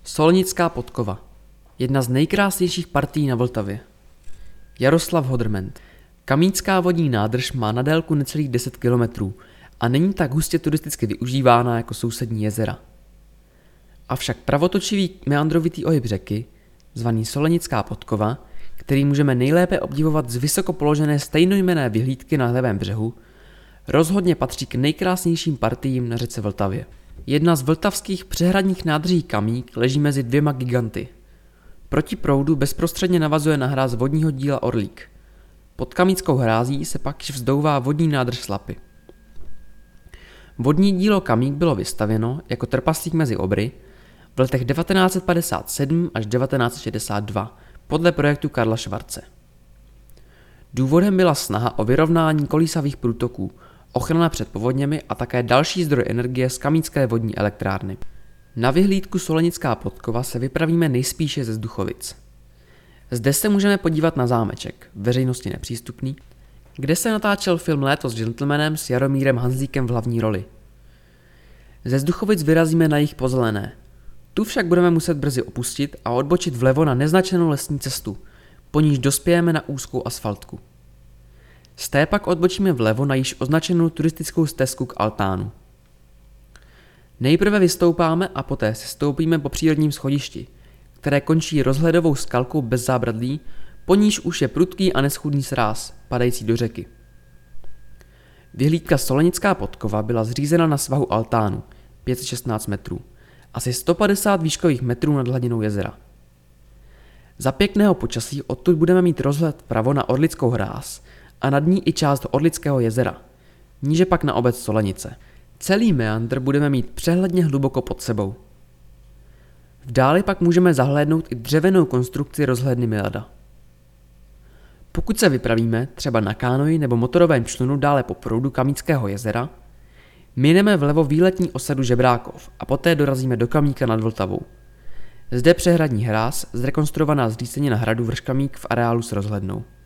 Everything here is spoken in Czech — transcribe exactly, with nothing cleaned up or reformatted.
Solenická podkova. Jedna z nejkrásnějších partií na Vltavě. Jaroslav Hodrment. Kamínská vodní nádrž má na délku necelých deset kilometrů a není tak hustě turisticky využívána jako sousední jezera. Avšak pravotočivý meandrovitý ohyb řeky, zvaný Solenická podkova, který můžeme nejlépe obdivovat z vysoko položené stejnojmenné vyhlídky na levém břehu, rozhodně patří k nejkrásnějším partiím na řece Vltavě. Jedna z vltavských přehradních nádrží Kamík leží mezi dvěma giganty. Proti proudu bezprostředně navazuje na hráz vodního díla Orlík. Pod Kamíckou hrází se pak vzdouvá vodní nádrž Slapy. Vodní dílo Kamík bylo vystavěno jako trpaslík mezi obry v letech devatenáct set padesát sedm až devatenáct set šedesát dva podle projektu Karla Schwarze. Důvodem byla snaha o vyrovnání kolísavých průtoků, ochrana před povodněmi a také další zdroj energie z kamínské vodní elektrárny. Na vyhlídku Solenická podkova se vypravíme nejspíše ze Zduchovic. Zde se můžeme podívat na zámeček, veřejnosti nepřístupný, kde se natáčel film Léto s gentlemanem s Jaromírem Hanzlíkem v hlavní roli. Ze Zduchovic vyrazíme na jih po Zelené. Tu však budeme muset brzy opustit a odbočit vlevo na neznačenou lesní cestu, po níž dospějeme na úzkou asfaltku. Z té pak odbočíme vlevo na již označenou turistickou stezku k altánu. Nejprve vystoupáme a poté se stoupíme po přírodním schodišti, které končí rozhledovou skalkou bez zábradlí, po níž už je prudký a neschůdný sráz, padající do řeky. Vyhlídka Solenická podkova byla zřízena na svahu altánu, pět set šestnáct metrů, asi sto padesát výškových metrů nad hladinou jezera. Za pěkného počasí odtud budeme mít rozhled vpravo na Orlickou hráz a nad ní i část Orlického jezera, níže pak na obec Solenice. Celý meandr budeme mít přehledně hluboko pod sebou. V dáli pak můžeme zahlédnout i dřevěnou konstrukci rozhledny Milada. Pokud se vypravíme třeba na kánoji nebo motorovém člunu dále po proudu Kamínského jezera, mineme vlevo výletní osadu Žebrákov a poté dorazíme do Kamíka nad Vltavou. Zde přehradní hráz, zrekonstruovaná zřícenina hradu Vrškamík v areálu s rozhlednou.